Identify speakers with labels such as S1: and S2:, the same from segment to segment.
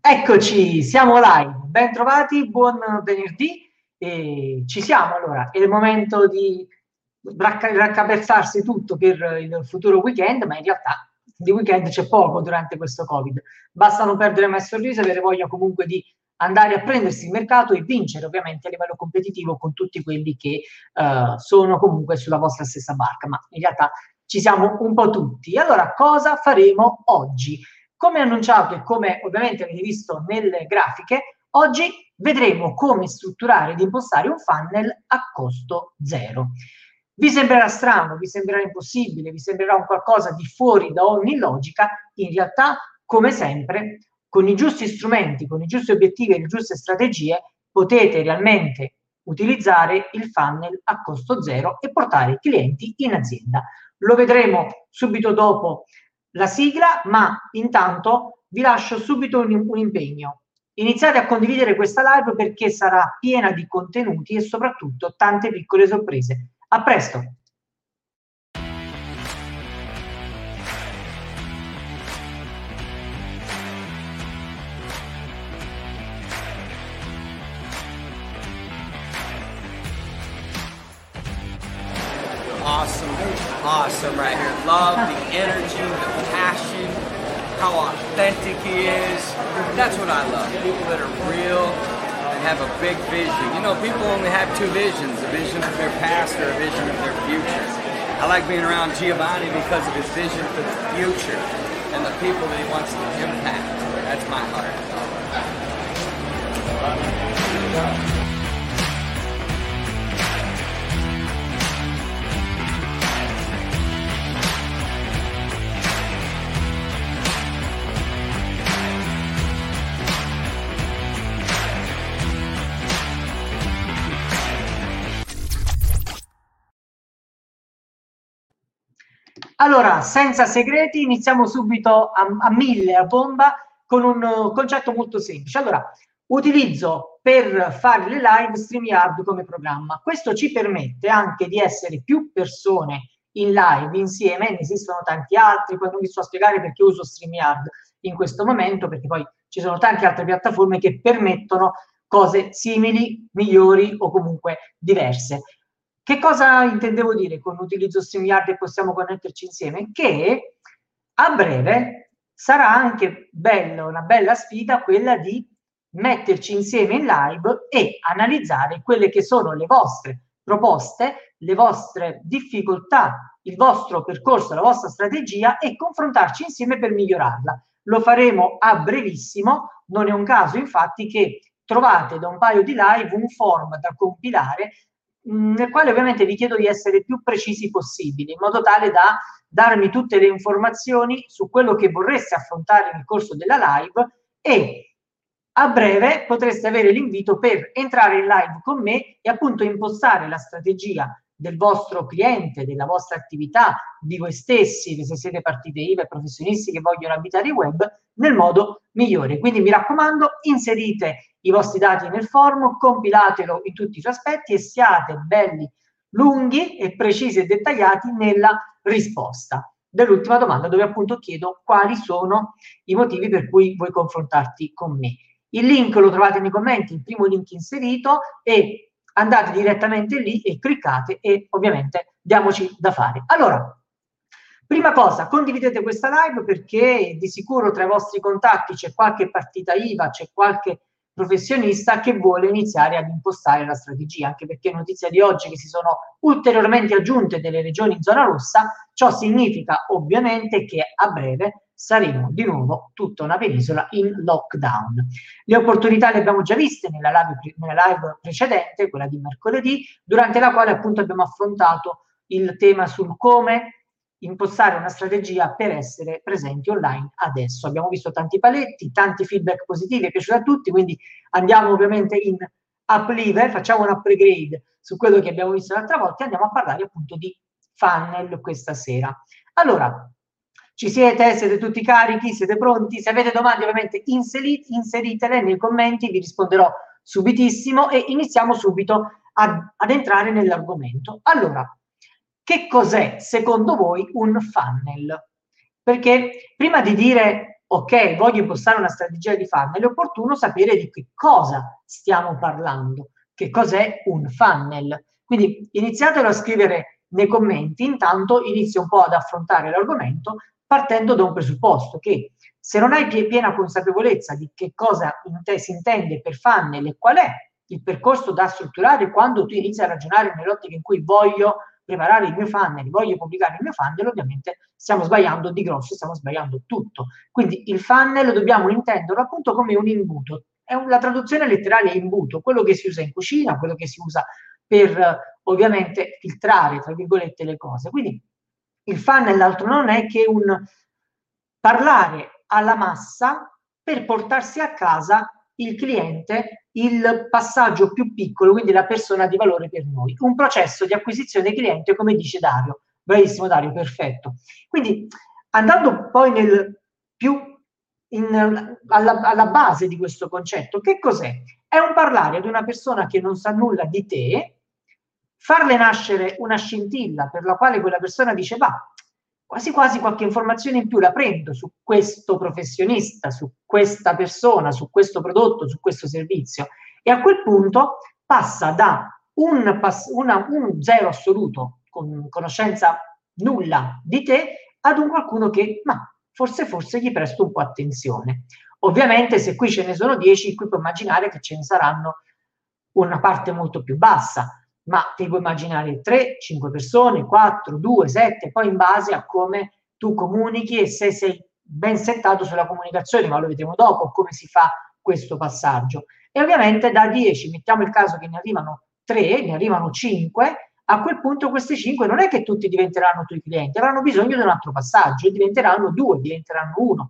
S1: Eccoci, siamo live, ben trovati, buon venerdì, e ci siamo allora, è il momento di raccapezzarsi tutto per il futuro weekend, ma in realtà di weekend c'è poco durante questo Covid, basta non perdere mai il sorriso e avere voglia comunque di andare a prendersi il mercato e vincere ovviamente a livello competitivo con tutti quelli che sono comunque sulla vostra stessa barca, ma in realtà ci siamo un po' tutti. Allora, cosa faremo oggi? Come annunciato e come ovviamente avete visto nelle grafiche, oggi vedremo come strutturare ed impostare un funnel a costo zero. Vi sembrerà strano, vi sembrerà impossibile, vi sembrerà un qualcosa di fuori da ogni logica, in realtà, come sempre, con i giusti strumenti, con i giusti obiettivi e le giuste strategie, potete realmente utilizzare il funnel a costo zero e portare i clienti in azienda. Lo vedremo subito dopo la sigla, ma intanto vi lascio subito un impegno. Iniziate a condividere questa live perché sarà piena di contenuti e soprattutto tante piccole sorprese. A presto!
S2: Awesome right here. Love the energy, the passion, how authentic he is. That's what I love. People that are real and have a big vision. You know, people only have two visions, a vision of their past or a vision of their future. I like being around Giovanni because of his vision for the future and the people that he wants to impact. That's my heart.
S1: Allora, senza segreti, iniziamo subito a mille, a bomba, con un concetto molto semplice. Allora, utilizzo per fare le live StreamYard come programma. Questo ci permette anche di essere più persone in live insieme, ne esistono tanti altri, poi non vi sto a spiegare perché uso StreamYard in questo momento, perché poi ci sono tante altre piattaforme che permettono cose simili, migliori o comunque diverse. Che cosa intendevo dire con utilizzo StreamYard e possiamo connetterci insieme? Che a breve sarà anche bello, una bella sfida quella di metterci insieme in live e analizzare quelle che sono le vostre proposte, le vostre difficoltà, il vostro percorso, la vostra strategia e confrontarci insieme per migliorarla. Lo faremo a brevissimo, non è un caso infatti che trovate da un paio di live un form da compilare nel quale ovviamente vi chiedo di essere più precisi possibile, in modo tale da darmi tutte le informazioni su quello che vorreste affrontare nel corso della live e a breve potreste avere l'invito per entrare in live con me e appunto impostare la strategia del vostro cliente, della vostra attività, di voi stessi, se siete partite IVA e professionisti che vogliono abitare il web, nel modo migliore. Quindi mi raccomando, inserite i vostri dati nel form, compilatelo in tutti i suoi aspetti e siate belli, lunghi e precisi e dettagliati nella risposta dell'ultima domanda, dove appunto chiedo quali sono i motivi per cui vuoi confrontarti con me. Il link lo trovate nei commenti, il primo link inserito, e andate direttamente lì e cliccate e ovviamente diamoci da fare. Allora, prima cosa, condividete questa live perché di sicuro tra i vostri contatti c'è qualche partita IVA, c'è qualche professionista che vuole iniziare ad impostare la strategia, anche perché è notizia di oggi che si sono ulteriormente aggiunte delle regioni in zona rossa, ciò significa ovviamente che a breve saremo di nuovo tutta una penisola in lockdown. Le opportunità le abbiamo già viste nella live precedente, quella di mercoledì, durante la quale appunto abbiamo affrontato il tema sul come impostare una strategia per essere presenti online adesso. Abbiamo visto tanti paletti, tanti feedback positivi, è piaciuto a tutti, quindi andiamo ovviamente in up level, facciamo un upgrade su quello che abbiamo visto l'altra volta e andiamo a parlare appunto di funnel questa sera. Allora, ci siete? Siete tutti carichi? Siete pronti? Se avete domande ovviamente inseritele nei commenti, vi risponderò subitissimo e iniziamo subito ad entrare nell'argomento. Allora, che cos'è secondo voi un funnel? Perché prima di dire ok, voglio impostare una strategia di funnel, è opportuno sapere di che cosa stiamo parlando, che cos'è un funnel. Quindi iniziatelo a scrivere nei commenti, intanto inizio un po' ad affrontare l'argomento partendo da un presupposto che se non hai piena consapevolezza di che cosa si intende per funnel e qual è il percorso da strutturare quando tu inizi a ragionare nell'ottica in cui voglio preparare il mio funnel, voglio pubblicare il mio funnel, ovviamente stiamo sbagliando di grosso, stiamo sbagliando tutto. Quindi il funnel dobbiamo intenderlo appunto come un imbuto. La traduzione letterale è imbuto, quello che si usa in cucina, quello che si usa per ovviamente filtrare, tra virgolette, le cose. Quindi il funnel altro non è che un parlare alla massa per portarsi a casa il cliente, il passaggio più piccolo, quindi la persona di valore per noi. Un processo di acquisizione cliente, come dice Dario. Bravissimo Dario, perfetto. Quindi andando poi alla base di questo concetto, che cos'è? È un parlare ad una persona che non sa nulla di te, farle nascere una scintilla per la quale quella persona dice, va, quasi quasi qualche informazione in più la prendo su questo professionista, su questa persona, su questo prodotto, su questo servizio, e a quel punto passa da un zero assoluto, con conoscenza nulla di te, ad un qualcuno che, ma forse gli presto un po' attenzione. Ovviamente se qui ce ne sono 10, qui puoi immaginare che ce ne saranno una parte molto più bassa, ma ti puoi immaginare 3, 5 persone, 4, 2, 7, poi in base a come tu comunichi e se sei ben settato sulla comunicazione, ma lo vedremo dopo, come si fa questo passaggio. E ovviamente da 10, mettiamo il caso che ne arrivano 3, ne arrivano 5, a quel punto questi 5 non è che tutti diventeranno tuoi clienti, avranno bisogno di un altro passaggio, e diventeranno 2, diventeranno 1.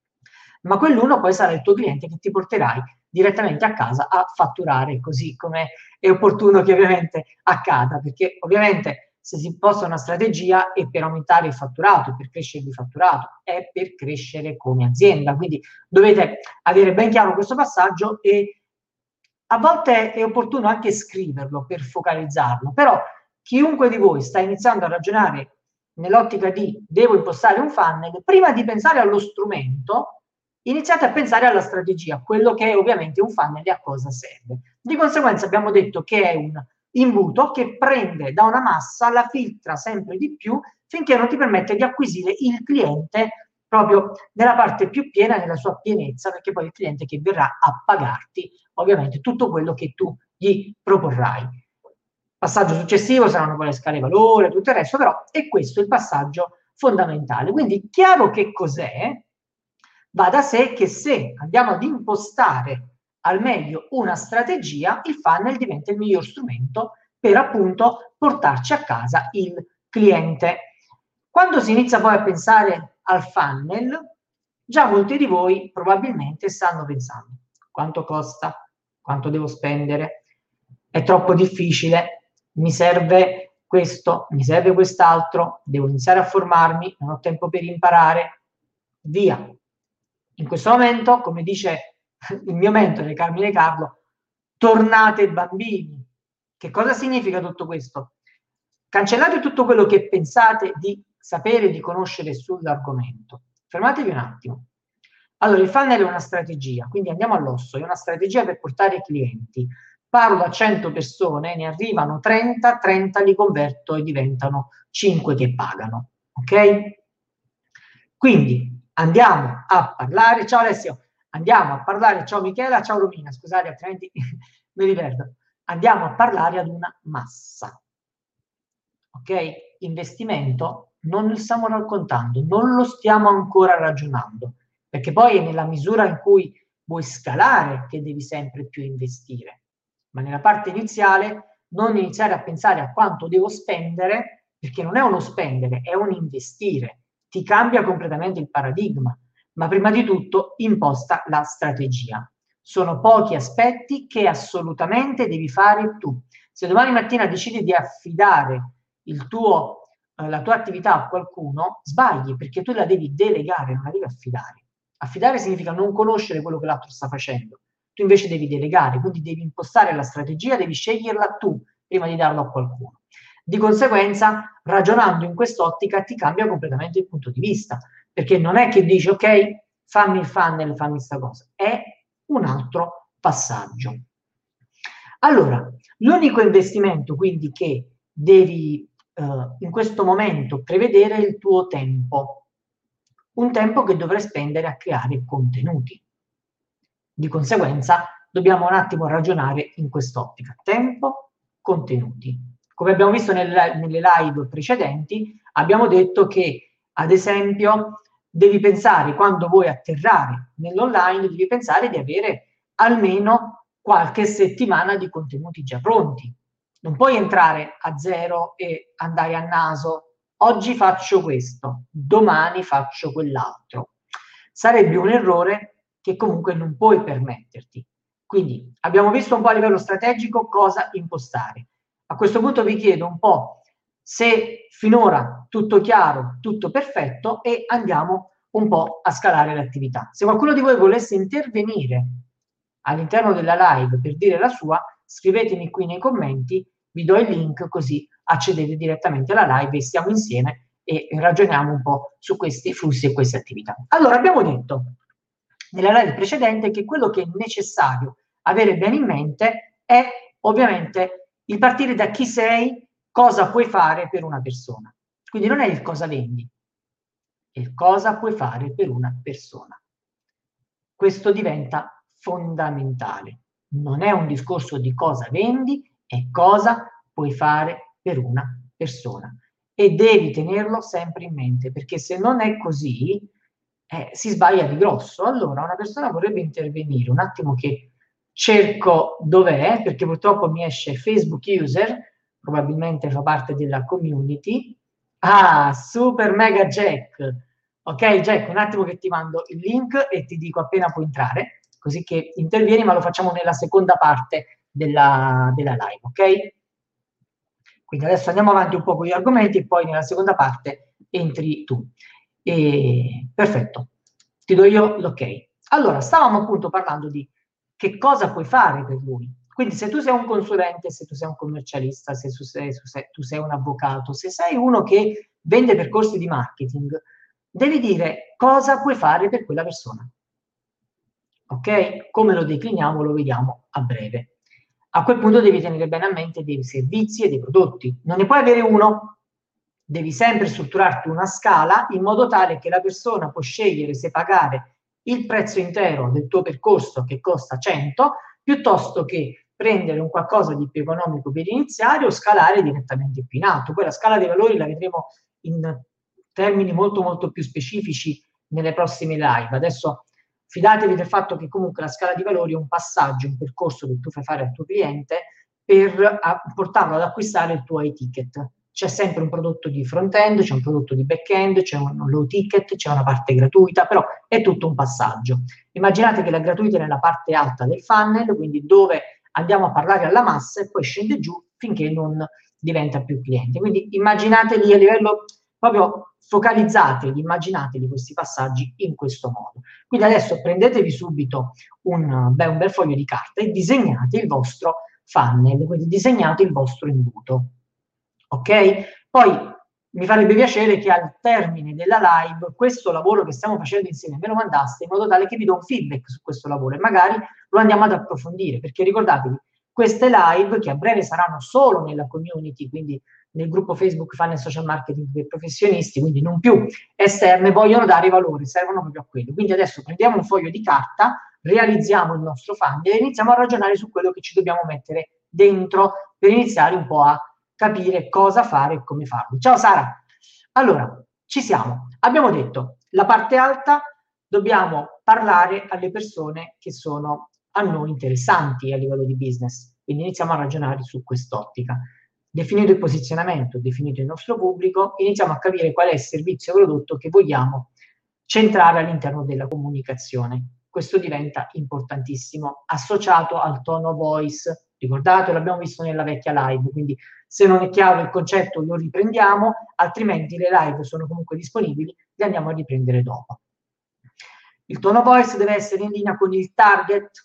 S1: Ma quell'uno poi sarà il tuo cliente che ti porterai direttamente a casa a fatturare, così come è opportuno che ovviamente accada, perché ovviamente se si imposta una strategia è per aumentare il fatturato, per crescere il fatturato, è per crescere come azienda. Quindi dovete avere ben chiaro questo passaggio e a volte è opportuno anche scriverlo per focalizzarlo, però chiunque di voi sta iniziando a ragionare nell'ottica di devo impostare un funnel, prima di pensare allo strumento, iniziate a pensare alla strategia, quello che è ovviamente un funnel e a cosa serve. Di conseguenza abbiamo detto che è un imbuto che prende da una massa, la filtra sempre di più finché non ti permette di acquisire il cliente proprio nella parte più piena, nella sua pienezza, perché poi il cliente che verrà a pagarti ovviamente tutto quello che tu gli proporrai. Passaggio successivo saranno poi le scale valore, tutto il resto, però è questo il passaggio fondamentale. Quindi chiaro che cos'è, va da sé che se andiamo ad impostare al meglio una strategia, il funnel diventa il miglior strumento per appunto portarci a casa il cliente. Quando si inizia poi a pensare al funnel, già molti di voi probabilmente stanno pensando quanto costa, quanto devo spendere, è troppo difficile, mi serve questo, mi serve quest'altro, devo iniziare a formarmi, non ho tempo per imparare, via. In questo momento, come dice il mio mentore Carmine Carlo, tornate bambini. Che cosa significa tutto questo? Cancellate tutto quello che pensate di sapere, di conoscere sull'argomento. Fermatevi un attimo. Allora, il funnel è una strategia, quindi andiamo all'osso, è una strategia per portare clienti. Parlo a 100 persone, ne arrivano 30, 30 li converto e diventano 5 che pagano. Ok? Quindi andiamo a parlare, ciao Alessio, andiamo a parlare, ciao Michela, ciao Romina, scusate altrimenti me li perdo. Andiamo a parlare ad una massa. Ok? Investimento non lo stiamo raccontando, non lo stiamo ancora ragionando, perché poi è nella misura in cui vuoi scalare che devi sempre più investire. Ma nella parte iniziale non iniziare a pensare a quanto devo spendere, perché non è uno spendere, è un investire. Ti cambia completamente il paradigma, ma prima di tutto imposta la strategia. Sono pochi aspetti che assolutamente devi fare tu. Se domani mattina decidi di affidare la tua attività a qualcuno, sbagli perché tu la devi delegare, non la devi affidare. Affidare significa non conoscere quello che l'altro sta facendo. Tu invece devi delegare, quindi devi impostare la strategia, devi sceglierla tu prima di darlo a qualcuno. Di conseguenza, ragionando in quest'ottica, ti cambia completamente il punto di vista, perché non è che dici, ok, fammi il funnel, fammi sta cosa. È un altro passaggio. Allora, l'unico investimento quindi che devi in questo momento prevedere è il tuo tempo, un tempo che dovrai spendere a creare contenuti. Di conseguenza dobbiamo un attimo ragionare in quest'ottica: tempo, contenuti. Come abbiamo visto nelle live precedenti, abbiamo detto che, ad esempio, devi pensare, quando vuoi atterrare nell'online, devi pensare di avere almeno qualche settimana di contenuti già pronti. Non puoi entrare a zero e andare a naso. Oggi faccio questo, domani faccio quell'altro. Sarebbe un errore che comunque non puoi permetterti. Quindi abbiamo visto un po' a livello strategico cosa impostare. A questo punto vi chiedo un po' se finora tutto chiaro, tutto perfetto, e andiamo un po' a scalare l'attività. Se qualcuno di voi volesse intervenire all'interno della live per dire la sua, scrivetemi qui nei commenti, vi do il link così accedete direttamente alla live e stiamo insieme e ragioniamo un po' su questi flussi e queste attività. Allora, abbiamo detto nella live precedente che quello che è necessario avere bene in mente è ovviamente il partire da chi sei, cosa puoi fare per una persona. Quindi non è il cosa vendi, è il cosa puoi fare per una persona. Questo diventa fondamentale. Non è un discorso di cosa vendi, è cosa puoi fare per una persona. E devi tenerlo sempre in mente, perché se non è così, si sbaglia di grosso. Allora, una persona vorrebbe intervenire, un attimo che cerco dov'è, perché purtroppo mi esce Facebook user, probabilmente fa parte della community. Ah, super mega Jack. Ok, Jack, un attimo che ti mando il link e ti dico appena puoi entrare, così che intervieni, ma lo facciamo nella seconda parte della live, ok? Quindi adesso andiamo avanti un po' con gli argomenti e poi nella seconda parte entri tu. Perfetto, ti do io l'ok. Allora, stavamo appunto parlando di che cosa puoi fare per lui. Quindi se tu sei un consulente, se tu sei un commercialista, se tu sei un avvocato, se sei uno che vende percorsi di marketing, devi dire cosa puoi fare per quella persona. Ok? Come lo decliniamo lo vediamo a breve. A quel punto devi tenere bene a mente dei servizi e dei prodotti. Non ne puoi avere uno, devi sempre strutturarti una scala in modo tale che la persona può scegliere se pagare il prezzo intero del tuo percorso, che costa 100, piuttosto che prendere un qualcosa di più economico per iniziare o scalare direttamente più in alto. Poi la scala dei valori la vedremo in termini molto molto più specifici nelle prossime live. Adesso fidatevi del fatto che comunque la scala di valori è un passaggio, un percorso che tu fai fare al tuo cliente per portarlo ad acquistare il tuo high ticket. C'è sempre un prodotto di front-end, c'è un prodotto di back-end, c'è un low ticket, c'è una parte gratuita, però è tutto un passaggio. Immaginate che la gratuita è nella parte alta del funnel, quindi dove andiamo a parlare alla massa e poi scende giù finché non diventa più cliente. Quindi immaginateli a livello proprio focalizzatevi, immaginateli questi passaggi in questo modo. Quindi adesso prendetevi subito un bel foglio di carta e disegnate il vostro funnel, quindi disegnate il vostro imbuto. Ok? Poi mi farebbe piacere che al termine della live questo lavoro che stiamo facendo insieme me lo mandaste in modo tale che vi do un feedback su questo lavoro e magari lo andiamo ad approfondire, perché ricordatevi, queste live che a breve saranno solo nella community, quindi nel gruppo Facebook Funnel Social Marketing per professionisti, quindi non più esterne, vogliono dare valore, servono proprio a quello. Quindi adesso prendiamo un foglio di carta, realizziamo il nostro funnel e iniziamo a ragionare su quello che ci dobbiamo mettere dentro per iniziare un po' a capire cosa fare e come farlo. Ciao Sara! Allora, ci siamo. Abbiamo detto, la parte alta dobbiamo parlare alle persone che sono a noi interessanti a livello di business. Quindi iniziamo a ragionare su quest'ottica. Definito il posizionamento, definito il nostro pubblico, iniziamo a capire qual è il servizio o prodotto che vogliamo centrare all'interno della comunicazione. Questo diventa importantissimo, associato al tono of voice. Ricordate, l'abbiamo visto nella vecchia live, quindi se non è chiaro il concetto lo riprendiamo, altrimenti le live sono comunque disponibili, le andiamo a riprendere dopo. Il tono of voice deve essere in linea con il target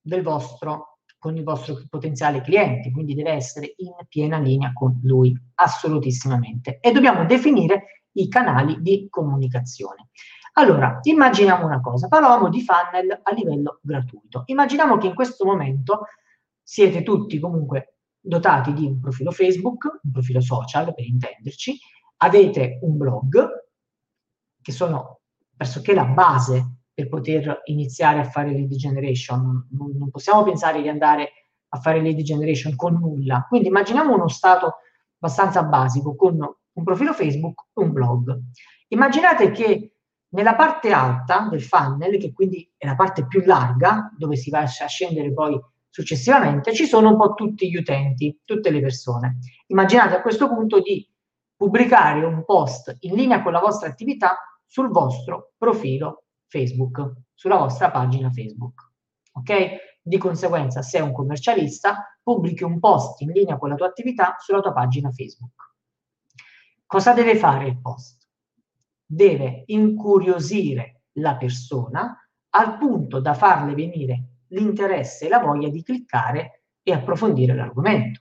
S1: con il vostro potenziale cliente, quindi deve essere in piena linea con lui, assolutissimamente. E dobbiamo definire i canali di comunicazione. Allora, immaginiamo una cosa, parlavamo di funnel a livello gratuito. Immaginiamo che in questo momento siete tutti comunque dotati di un profilo Facebook, un profilo social per intenderci, avete un blog, che sono pressoché la base per poter iniziare a fare lead generation. Non possiamo pensare di andare a fare lead generation con nulla. Quindi immaginiamo uno stato abbastanza basico con un profilo Facebook e un blog. Immaginate che nella parte alta del funnel, che quindi è la parte più larga, dove si va a scendere poi successivamente, ci sono un po' tutti gli utenti, tutte le persone. Immaginate a questo punto di pubblicare un post in linea con la vostra attività sul vostro profilo Facebook, sulla vostra pagina Facebook. Ok? Di conseguenza, se è un commercialista, pubblichi un post in linea con la tua attività sulla tua pagina Facebook. Cosa deve fare il post? Deve incuriosire la persona al punto da farle venire l'interesse e la voglia di cliccare e approfondire l'argomento.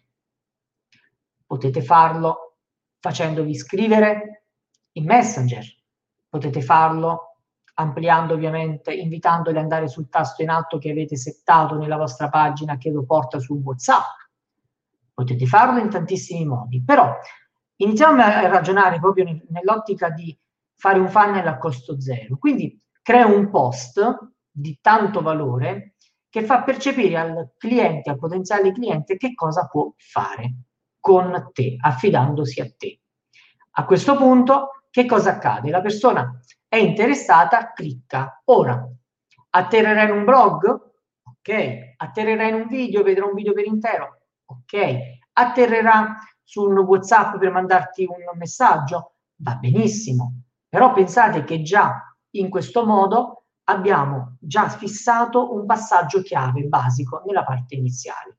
S1: Potete farlo facendovi scrivere in Messenger, potete farlo ampliando ovviamente, invitandoli ad andare sul tasto in alto che avete settato nella vostra pagina che lo porta su WhatsApp. Potete farlo in tantissimi modi, però iniziamo a ragionare proprio nell'ottica di fare un funnel a costo zero. Quindi creo un post di tanto valore che fa percepire al cliente, al potenziale cliente, che cosa può fare con te, affidandosi a te. A questo punto, che cosa accade? La persona è interessata, clicca. Ora, atterrerà in un blog? Ok. Atterrerà in un video, vedrà un video per intero? Ok. Atterrerà su un WhatsApp per mandarti un messaggio? Va benissimo. Però pensate che già in questo modo abbiamo già fissato un passaggio chiave basico nella parte iniziale.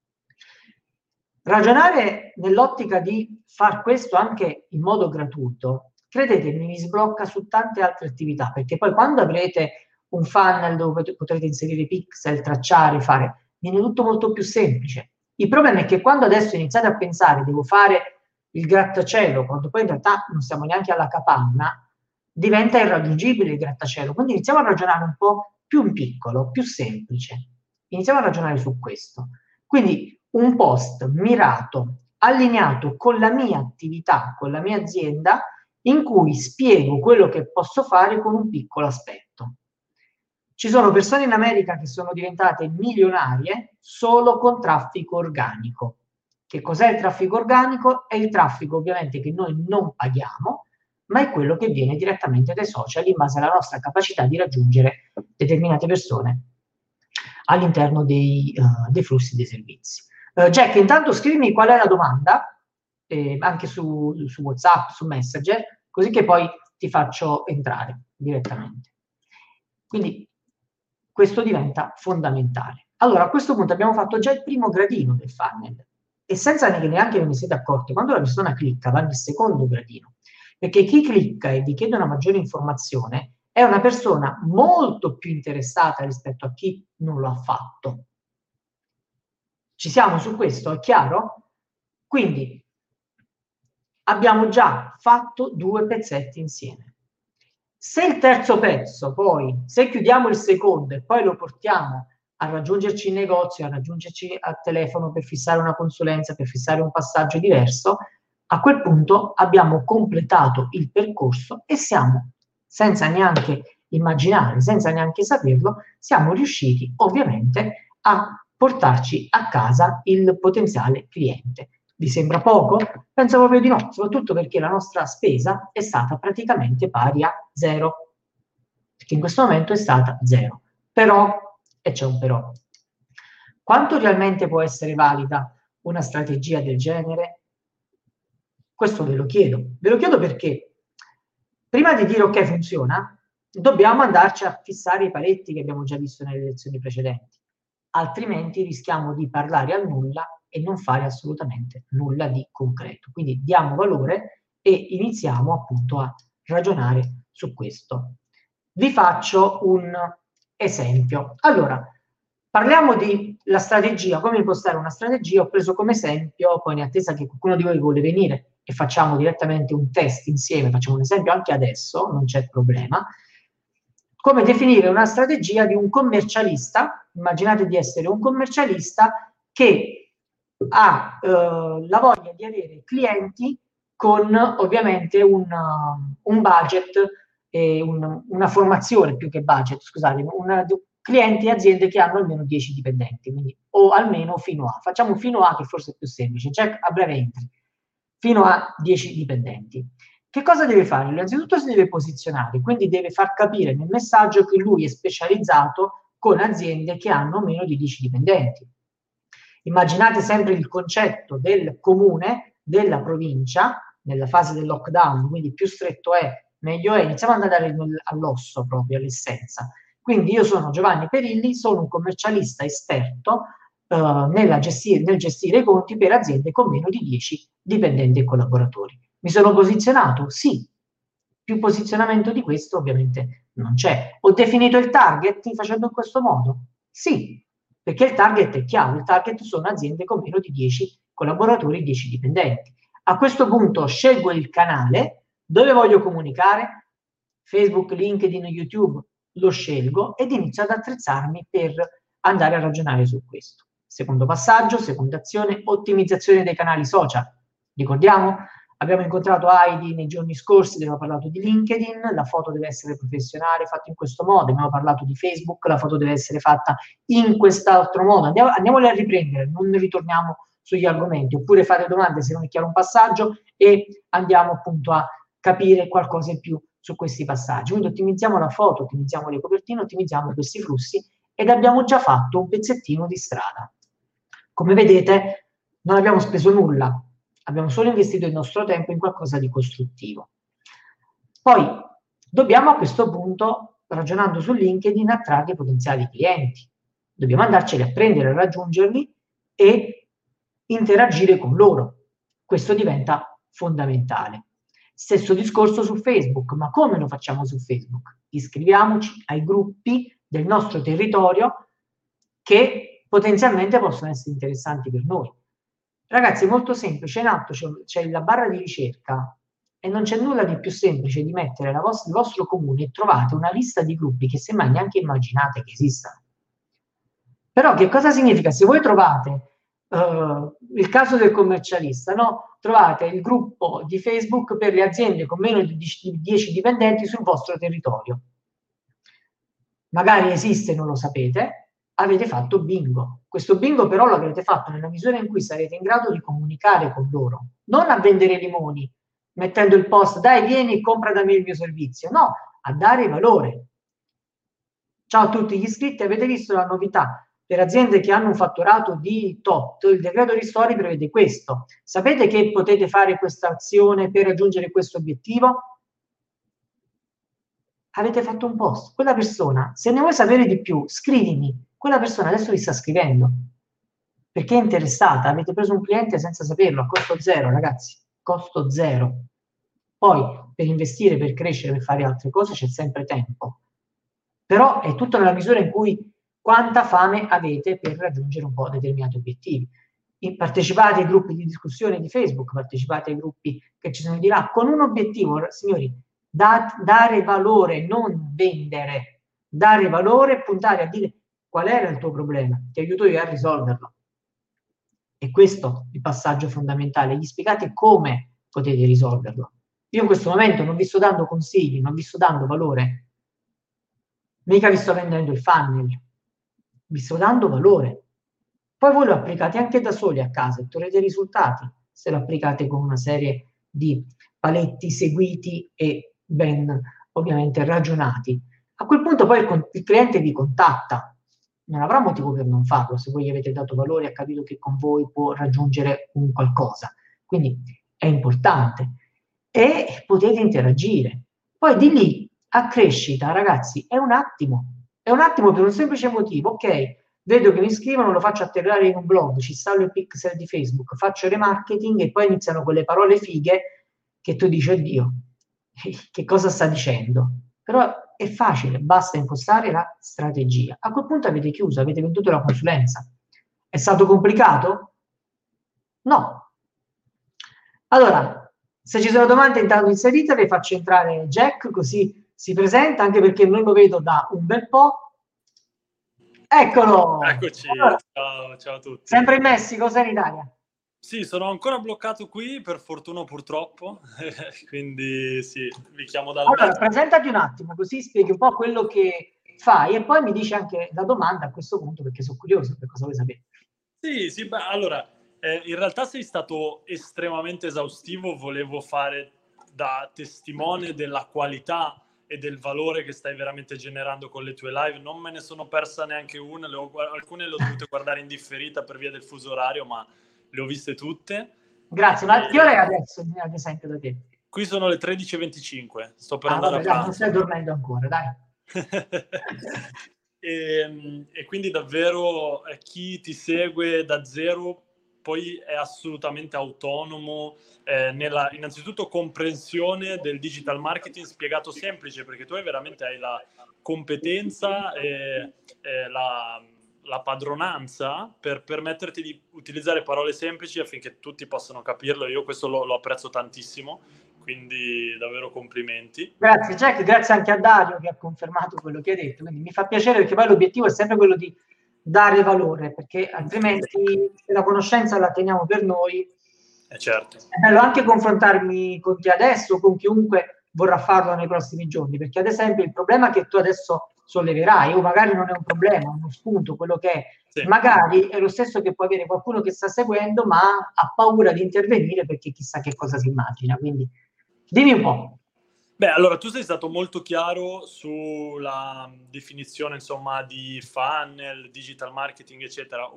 S1: Ragionare nell'ottica di far questo anche in modo gratuito, credetemi, mi sblocca su tante altre attività, perché poi quando avrete un funnel dove potrete inserire pixel, tracciare, fare, viene tutto molto più semplice. Il problema è che quando adesso iniziate a pensare devo fare il grattacielo, quando poi in realtà non siamo neanche alla capanna, diventa irraggiungibile il grattacielo. Quindi iniziamo a ragionare un po' più in piccolo, più semplice. Iniziamo a ragionare su questo. Quindi un post mirato, allineato con la mia attività, con la mia azienda, in cui spiego quello che posso fare con un piccolo aspetto. Ci sono persone in America che sono diventate milionarie solo con traffico organico. Che cos'è il traffico organico? È il traffico ovviamente che noi non paghiamo, ma è quello che viene direttamente dai social in base alla nostra capacità di raggiungere determinate persone all'interno dei flussi dei servizi. Jack, intanto scrivimi qual è la domanda, anche su WhatsApp, su Messenger, così che poi ti faccio entrare direttamente. Quindi questo diventa fondamentale. Allora, a questo punto abbiamo fatto già il primo gradino del funnel e senza che neanche ve ne siete accorti, quando la persona clicca va nel secondo gradino, perché chi clicca e vi chiede una maggiore informazione è una persona molto più interessata rispetto a chi non lo ha fatto. Ci siamo su questo, è chiaro? Quindi abbiamo già fatto 2 pezzetti insieme. Se il terzo pezzo poi, se chiudiamo il secondo e poi lo portiamo a raggiungerci in negozio, a raggiungerci al telefono per fissare una consulenza, per fissare un passaggio diverso, a quel punto abbiamo completato il percorso e siamo, senza neanche immaginare, senza neanche saperlo, siamo riusciti ovviamente a portarci a casa il potenziale cliente. Vi sembra poco? Penso proprio di no, soprattutto perché la nostra spesa è stata praticamente pari a 0, perché in questo momento è stata 0. Però, e c'è un però, quanto realmente può essere valida una strategia del genere? Questo ve lo chiedo perché prima di dire ok funziona, dobbiamo andarci a fissare i paletti che abbiamo già visto nelle lezioni precedenti, altrimenti rischiamo di parlare al nulla e non fare assolutamente nulla di concreto. Quindi diamo valore e iniziamo appunto a ragionare su questo. Vi faccio un esempio. Allora, parliamo di la strategia, come impostare una strategia. Ho preso come esempio, poi in attesa che qualcuno di voi vuole venire e facciamo direttamente un test insieme, facciamo un esempio anche adesso, non c'è problema. come definire una strategia di un commercialista. Immaginate di essere un commercialista che ha la voglia di avere clienti con ovviamente un budget e una formazione più che budget, scusate, clienti e aziende che hanno almeno 10 dipendenti, quindi, o almeno fino a, facciamo fino a, che forse è più semplice, Jack a breve entri, fino a 10 dipendenti. Che cosa deve fare? Innanzitutto si deve posizionare, quindi deve far capire nel messaggio che lui è specializzato con aziende che hanno meno di 10 dipendenti. Immaginate sempre il concetto del comune, della provincia, nella fase del lockdown, quindi più stretto è, meglio è, iniziamo ad andare all'osso proprio, all'essenza. Quindi io sono Giovanni Perilli, sono un commercialista esperto nel gestire i conti per aziende con meno di 10 dipendenti e collaboratori. Mi sono posizionato? Sì. Più posizionamento di questo ovviamente non c'è. Ho definito il target facendo in questo modo? Sì, perché il target è chiaro, il target sono aziende con meno di 10 collaboratori, 10 dipendenti. A questo punto scelgo il canale dove voglio comunicare, Facebook, LinkedIn, YouTube, lo scelgo ed inizio ad attrezzarmi per andare a ragionare su questo. Secondo passaggio, seconda azione, ottimizzazione dei canali social. Ricordiamo? Abbiamo incontrato Heidi nei giorni scorsi, abbiamo parlato di LinkedIn, la foto deve essere professionale, fatta in questo modo. Abbiamo parlato di Facebook, la foto deve essere fatta in quest'altro modo. Andiamole a riprendere, non ritorniamo sugli argomenti, oppure fate domande se non è chiaro un passaggio e andiamo appunto a capire qualcosa in più su questi passaggi. Quindi ottimizziamo la foto, ottimizziamo le copertine, ottimizziamo questi flussi ed abbiamo già fatto un pezzettino di strada. Come vedete, non abbiamo speso nulla, abbiamo solo investito il nostro tempo in qualcosa di costruttivo. Poi dobbiamo a questo punto, ragionando su LinkedIn, attrarre potenziali clienti. Dobbiamo andarceli a prendere, raggiungerli e interagire con loro. Questo diventa fondamentale. Stesso discorso su Facebook, ma come lo facciamo su Facebook? Iscriviamoci ai gruppi del nostro territorio che potenzialmente possono essere interessanti per noi. Ragazzi, è molto semplice, in alto c'è la barra di ricerca e non c'è nulla di più semplice di mettere il vostro comune e trovate una lista di gruppi che semmai neanche immaginate che esistano. Però che cosa significa? Se voi trovate il caso del commercialista, no? Trovate il gruppo di Facebook per le aziende con meno di 10 dipendenti sul vostro territorio. Magari esiste, non lo sapete, avete fatto bingo. Questo bingo però lo avrete fatto nella misura in cui sarete in grado di comunicare con loro, non a vendere limoni, mettendo il post, dai vieni e compra da me il mio servizio, no, a dare valore. Ciao a tutti gli iscritti, avete visto la novità? Per aziende che hanno un fatturato di tot, il decreto ristori prevede questo. Sapete che potete fare questa azione per raggiungere questo obiettivo? Avete fatto un post. Quella persona, se ne vuoi sapere di più, scrivimi. Quella persona adesso vi sta scrivendo. Perché è interessata. Avete preso un cliente senza saperlo, a costo zero, ragazzi. Costo zero. Poi, per investire, per crescere, per fare altre cose, c'è sempre tempo. Però è tutto nella misura in cui quanta fame avete per raggiungere un po' determinati obiettivi. Partecipate ai gruppi di discussione di Facebook, partecipate ai gruppi che ci sono di là, con un obiettivo, signori, dare valore, non vendere. Dare valore, puntare a dire qual era il tuo problema, ti aiuto io a risolverlo. E questo è il passaggio fondamentale, gli spiegate come potete risolverlo. Io in questo momento non vi sto dando consigli, non vi sto dando valore, mica vi sto vendendo il funnel, vi sto dando valore. Poi voi lo applicate anche da soli a casa e otterrete risultati se lo applicate con una serie di paletti seguiti e ben ovviamente ragionati. A quel punto poi il cliente vi contatta, non avrà motivo per non farlo se voi gli avete dato valore e ha capito che con voi può raggiungere un qualcosa. Quindi è importante e potete interagire. Poi di lì a crescita, ragazzi, è un attimo per un semplice motivo, ok? Vedo che mi scrivono, lo faccio atterrare in un blog, ci installo il pixel di Facebook, faccio remarketing e poi iniziano quelle parole fighe che tu dici, oddio, che cosa sta dicendo? Però è facile, basta impostare la strategia. A quel punto avete chiuso, avete venduto la consulenza. È stato complicato? No. Allora, se ci sono domande intanto inseritele, faccio entrare Jack, così si presenta, anche perché non lo vedo da un bel po'. Eccolo!
S3: Eccoci,
S1: Allora,
S3: ciao a tutti.
S1: sempre in Messico, sei in Italia?
S3: Sì, sono ancora bloccato qui, per fortuna o purtroppo, quindi sì, vi chiamo dal
S1: Allora,
S3: Messico.
S1: presentati un attimo, così spieghi un po' quello che fai e poi mi dici anche la domanda a questo punto, perché sono curioso per cosa vuoi sapere.
S3: Sì, beh, allora, in realtà sei stato estremamente esaustivo, volevo fare da testimone della qualità e del valore che stai veramente generando con le tue live. Non me ne sono persa neanche una, alcune le ho dovute guardare in differita per via del fuso orario, ma le ho viste tutte.
S1: Grazie, ma che ora è adesso, ad esempio, da te?
S3: Qui sono le 13:25, sto per andare
S1: vabbè,
S3: a
S1: dai, non stai
S3: pranzo.
S1: dormendo ancora, dai.
S3: E quindi davvero chi ti segue da zero poi è assolutamente autonomo nella innanzitutto comprensione del digital marketing spiegato semplice, perché tu veramente hai la competenza e la padronanza per permetterti di utilizzare parole semplici affinché tutti possano capirlo. Io questo lo apprezzo tantissimo, quindi davvero complimenti.
S1: Grazie Jack, grazie anche a Dario che ha confermato quello che hai detto, quindi mi fa piacere perché poi l'obiettivo è sempre quello di dare valore, perché altrimenti se la conoscenza la teniamo per noi,
S3: Certo.
S1: è bello anche confrontarmi con te adesso, con chiunque vorrà farlo nei prossimi giorni, perché ad esempio il problema che tu adesso solleverai, o magari non è un problema, uno spunto, quello che è,
S3: Sì.
S1: magari è lo stesso che può avere qualcuno che sta seguendo, ma ha paura di intervenire perché chissà che cosa si immagina, quindi dimmi un po'.
S3: Beh, allora tu sei stato molto chiaro sulla definizione, insomma, di funnel, digital marketing, eccetera.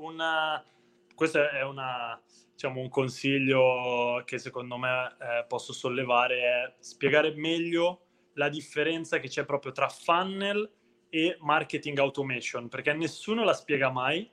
S3: Questo è diciamo, un consiglio che secondo me posso sollevare, è spiegare meglio la differenza che c'è proprio tra funnel e marketing automation, perché nessuno la spiega mai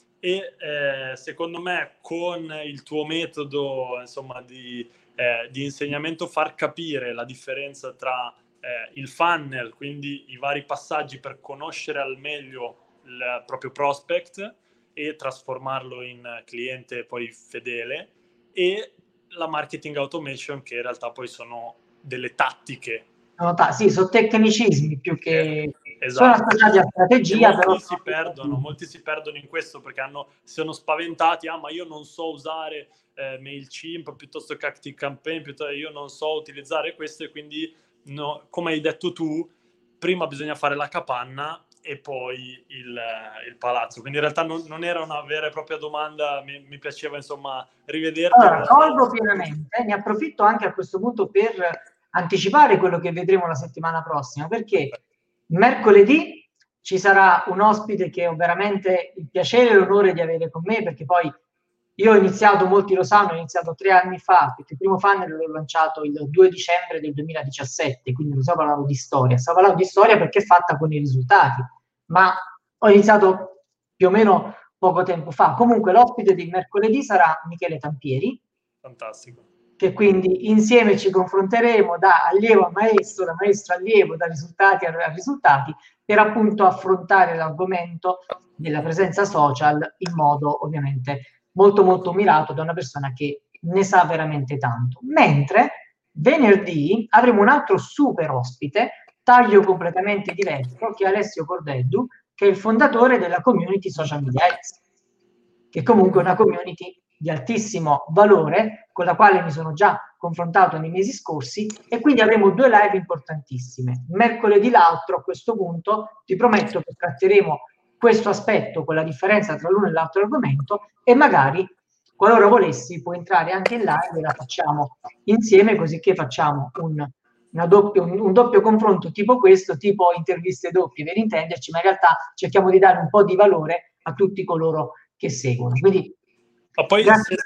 S3: e secondo me con il tuo metodo, insomma, di insegnamento far capire la differenza tra il funnel, quindi i vari passaggi per conoscere al meglio il proprio prospect e trasformarlo in cliente poi fedele, e la marketing automation, che in realtà poi sono delle tattiche.
S1: Sì, sono tecnicismi più che sono
S3: Esatto.
S1: associati a strategia, però
S3: Molti si perdono in questo perché sono spaventati, ma io non so usare MailChimp piuttosto che ActiveCampaign, io non so utilizzare questo, e quindi no, come hai detto tu, prima bisogna fare la capanna e poi il palazzo. Quindi in realtà non era una vera e propria domanda, mi piaceva insomma rivederti.
S1: Allora, colgo pienamente, ne approfitto anche a questo punto per anticipare quello che vedremo la settimana prossima, perché mercoledì ci sarà un ospite che ho veramente il piacere e l'onore di avere con me, perché poi io ho iniziato, molti lo sanno, ho iniziato 3 anni fa, perché il primo funnel l'ho lanciato il 2 dicembre del 2017, quindi non sto parlando di storia, sto parlando di storia perché è fatta con i risultati, ma ho iniziato più o meno poco tempo fa. Comunque l'ospite di mercoledì sarà Michele Tampieri.
S3: Fantastico.
S1: Che quindi insieme ci confronteremo da allievo a maestro, da maestro a allievo, da risultati a risultati, per appunto affrontare l'argomento della presenza social in modo ovviamente molto molto mirato da una persona che ne sa veramente tanto. Mentre venerdì avremo un altro super ospite, taglio completamente diverso, che è Alessio Cordeddu, che è il fondatore della community Social Media Ads, che comunque è una community di altissimo valore, con la quale mi sono già confrontato nei mesi scorsi, e quindi avremo 2 live importantissime. Mercoledì l'altro, a questo punto, ti prometto che tratteremo questo aspetto con la differenza tra l'uno e l'altro argomento, e magari, qualora volessi, puoi entrare anche in live e la facciamo insieme, così che facciamo un doppio confronto tipo questo, tipo interviste doppie per intenderci, ma in realtà cerchiamo di dare un po' di valore a tutti coloro che seguono. Quindi
S3: ma poi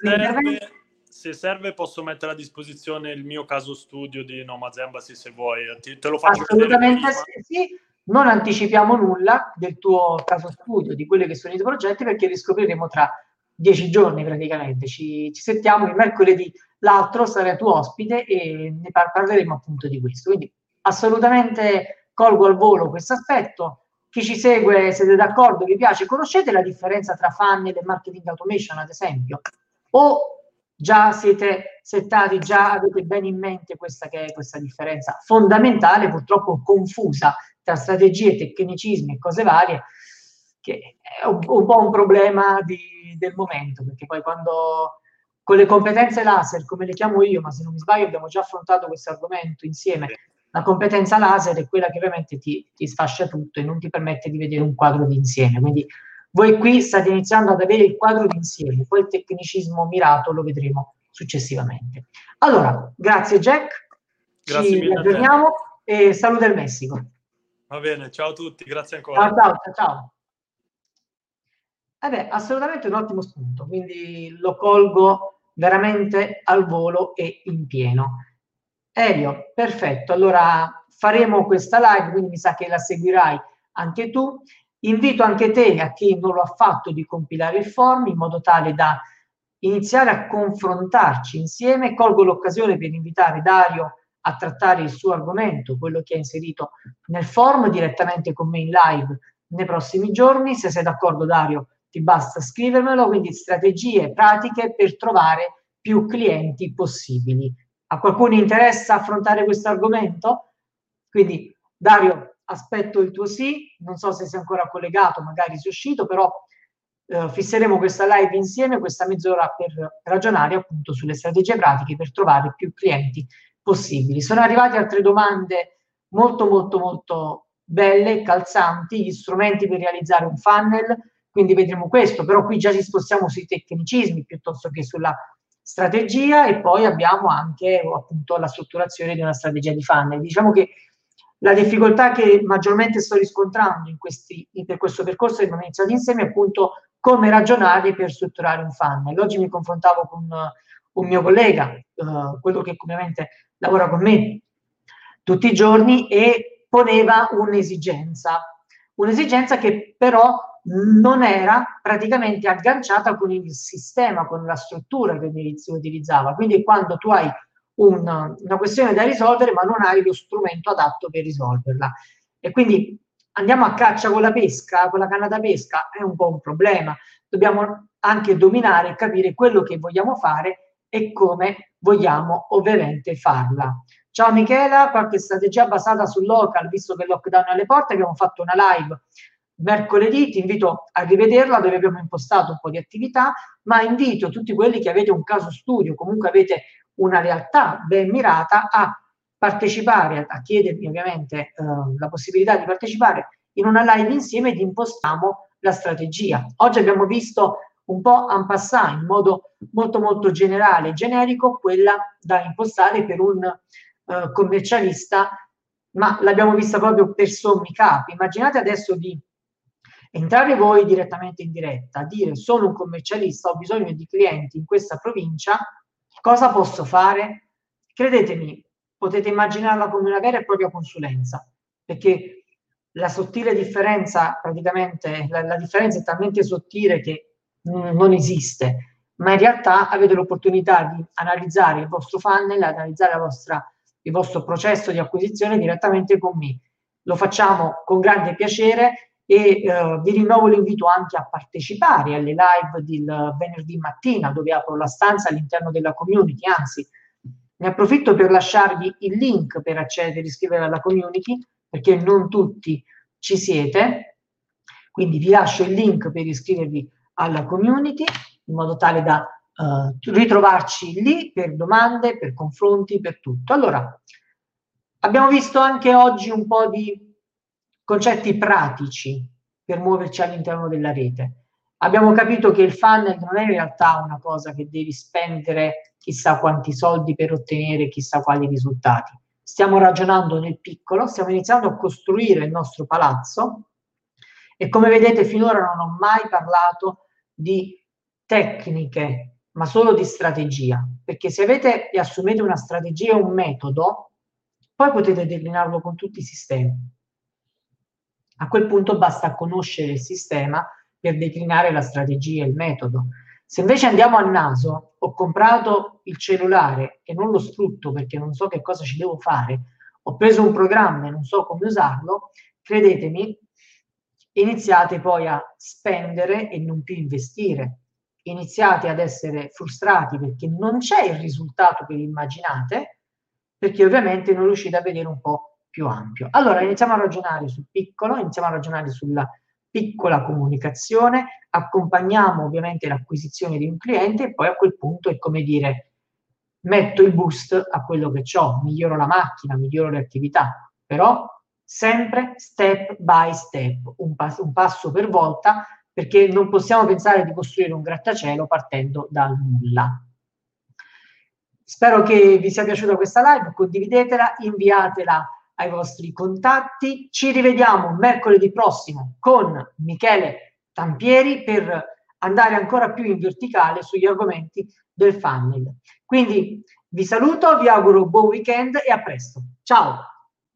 S3: se serve posso mettere a disposizione il mio caso studio di Nomads Embassy, se vuoi, te lo faccio
S1: assolutamente sì. Non anticipiamo nulla del tuo caso studio, di quelli che sono i tuoi progetti, perché li scopriremo tra 10 giorni praticamente. Ci settiamo il mercoledì, l'altro sarai tu ospite e ne parleremo appunto di questo. Quindi assolutamente colgo al volo questo aspetto. Chi ci segue, siete d'accordo, vi piace? Conoscete la differenza tra funnel e marketing automation, ad esempio? O già siete settati, già avete bene in mente questa che è questa differenza fondamentale, purtroppo confusa tra strategie, tecnicismi e cose varie, che è un po' un problema del momento, perché poi quando con le competenze laser, come le chiamo io, ma se non mi sbaglio abbiamo già affrontato questo argomento insieme, la competenza laser è quella che ovviamente ti sfascia tutto e non ti permette di vedere un quadro d'insieme. Quindi voi qui state iniziando ad avere il quadro d'insieme, poi il tecnicismo mirato lo vedremo successivamente. Allora, grazie Jack,
S3: Grazie
S1: ci aggiorniamo e saluta il Messico.
S3: Va bene, ciao a tutti, grazie ancora.
S1: Ciao. Assolutamente un ottimo spunto, quindi lo colgo veramente al volo e in pieno. Elio, perfetto, allora faremo questa live, quindi mi sa che la seguirai anche tu. Invito anche te, a chi non lo ha fatto, di compilare il form in modo tale da iniziare a confrontarci insieme. Colgo l'occasione per invitare Dario a trattare il suo argomento, quello che ha inserito nel form, direttamente con me in live nei prossimi giorni. Se sei d'accordo, Dario, ti basta scrivermelo, quindi strategie pratiche per trovare più clienti possibili. A qualcuno interessa affrontare questo argomento? Quindi, Dario, aspetto il tuo sì, non so se sei ancora collegato, magari sei uscito, però fisseremo questa live insieme, questa mezz'ora, per ragionare appunto sulle strategie pratiche per trovare più clienti possibili. Sono arrivate altre domande molto belle, calzanti, gli strumenti per realizzare un funnel, quindi vedremo questo, però qui già ci spostiamo sui tecnicismi piuttosto che sulla strategia, e poi abbiamo anche appunto la strutturazione di una strategia di funnel. Diciamo che la difficoltà che maggiormente sto riscontrando per questo percorso che abbiamo iniziato insieme è appunto come ragionare per strutturare un funnel. Oggi mi confrontavo con un mio collega, quello che ovviamente lavora con me tutti i giorni, e poneva un'esigenza che però non era praticamente agganciata con il sistema, con la struttura che si utilizzava. Quindi quando tu hai una questione da risolvere ma non hai lo strumento adatto per risolverla, e quindi andiamo a caccia con la pesca, con la canna da pesca, è un po' un problema. Dobbiamo anche dominare e capire quello che vogliamo fare e come vogliamo ovviamente farla. Ciao Michela, qualche strategia basata sul local, visto che il lockdown è alle porte. Abbiamo fatto una live mercoledì, ti invito a rivederla, dove abbiamo impostato un po' di attività, ma invito tutti quelli che avete un caso studio, comunque avete una realtà ben mirata, a partecipare, a chiedermi ovviamente la possibilità di partecipare in una live insieme ed impostiamo la strategia. Oggi abbiamo visto un po' en passant, in modo molto generale e generico, quella da impostare per un commercialista, ma l'abbiamo vista proprio per sommi capi. Immaginate adesso di entrare voi direttamente in diretta, dire: sono un commercialista, ho bisogno di clienti in questa provincia, cosa posso fare? Credetemi, potete immaginarla come una vera e propria consulenza, perché la sottile differenza, praticamente la differenza è talmente sottile che non esiste, ma in realtà avete l'opportunità di analizzare il vostro funnel, analizzare il vostro processo di acquisizione direttamente con me. Lo facciamo con grande piacere, e vi rinnovo l'invito anche a partecipare alle live del venerdì mattina, dove apro la stanza all'interno della community. Anzi, ne approfitto per lasciarvi il link per accedere e iscrivervi alla community, perché non tutti ci siete, quindi vi lascio il link per iscrivervi alla community, in modo tale da ritrovarci lì per domande, per confronti, per tutto. Allora, abbiamo visto anche oggi un po' di concetti pratici per muoverci all'interno della rete. Abbiamo capito che il funnel non è in realtà una cosa che devi spendere chissà quanti soldi per ottenere chissà quali risultati. Stiamo ragionando nel piccolo, stiamo iniziando a costruire il nostro palazzo, e come vedete finora non ho mai parlato di tecniche, ma solo di strategia, perché se avete e assumete una strategia e un metodo, poi potete declinarlo con tutti i sistemi. A quel punto basta conoscere il sistema per declinare la strategia e il metodo. Se invece andiamo a naso, ho comprato il cellulare e non lo sfrutto perché non so che cosa ci devo fare, ho preso un programma e non so come usarlo, credetemi, iniziate poi a spendere e non più investire. iniziate ad essere frustrati perché non c'è il risultato che immaginate, perché ovviamente non riuscite a vedere un po' più ampio. Allora iniziamo a ragionare sul piccolo, iniziamo a ragionare sulla piccola comunicazione, accompagniamo ovviamente l'acquisizione di un cliente e poi a quel punto è come dire metto il boost a quello che ho, miglioro la macchina, miglioro le attività, però sempre step by step, un passo per volta, perché non possiamo pensare di costruire un grattacielo partendo dal nulla. Spero che vi sia piaciuta questa live, condividetela, inviatela ai vostri contatti. Ci rivediamo mercoledì prossimo con Michele Tampieri per andare ancora più in verticale sugli argomenti del funnel. Quindi vi saluto, vi auguro buon weekend e a presto. Ciao!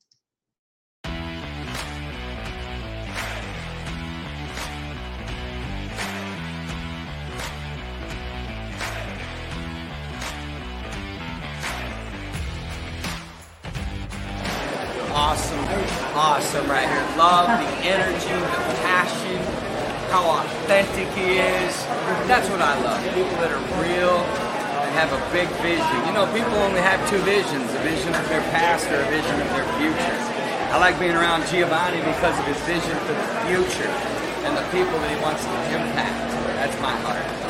S2: Awesome right here. Love the energy, the passion, how authentic he is. That's what I love. People that are real and have a big vision. You know, people only have two visions, a vision of their past or a vision of their future. I like being around Giovanni because of his vision for the future and the people that he wants to impact. That's my heart.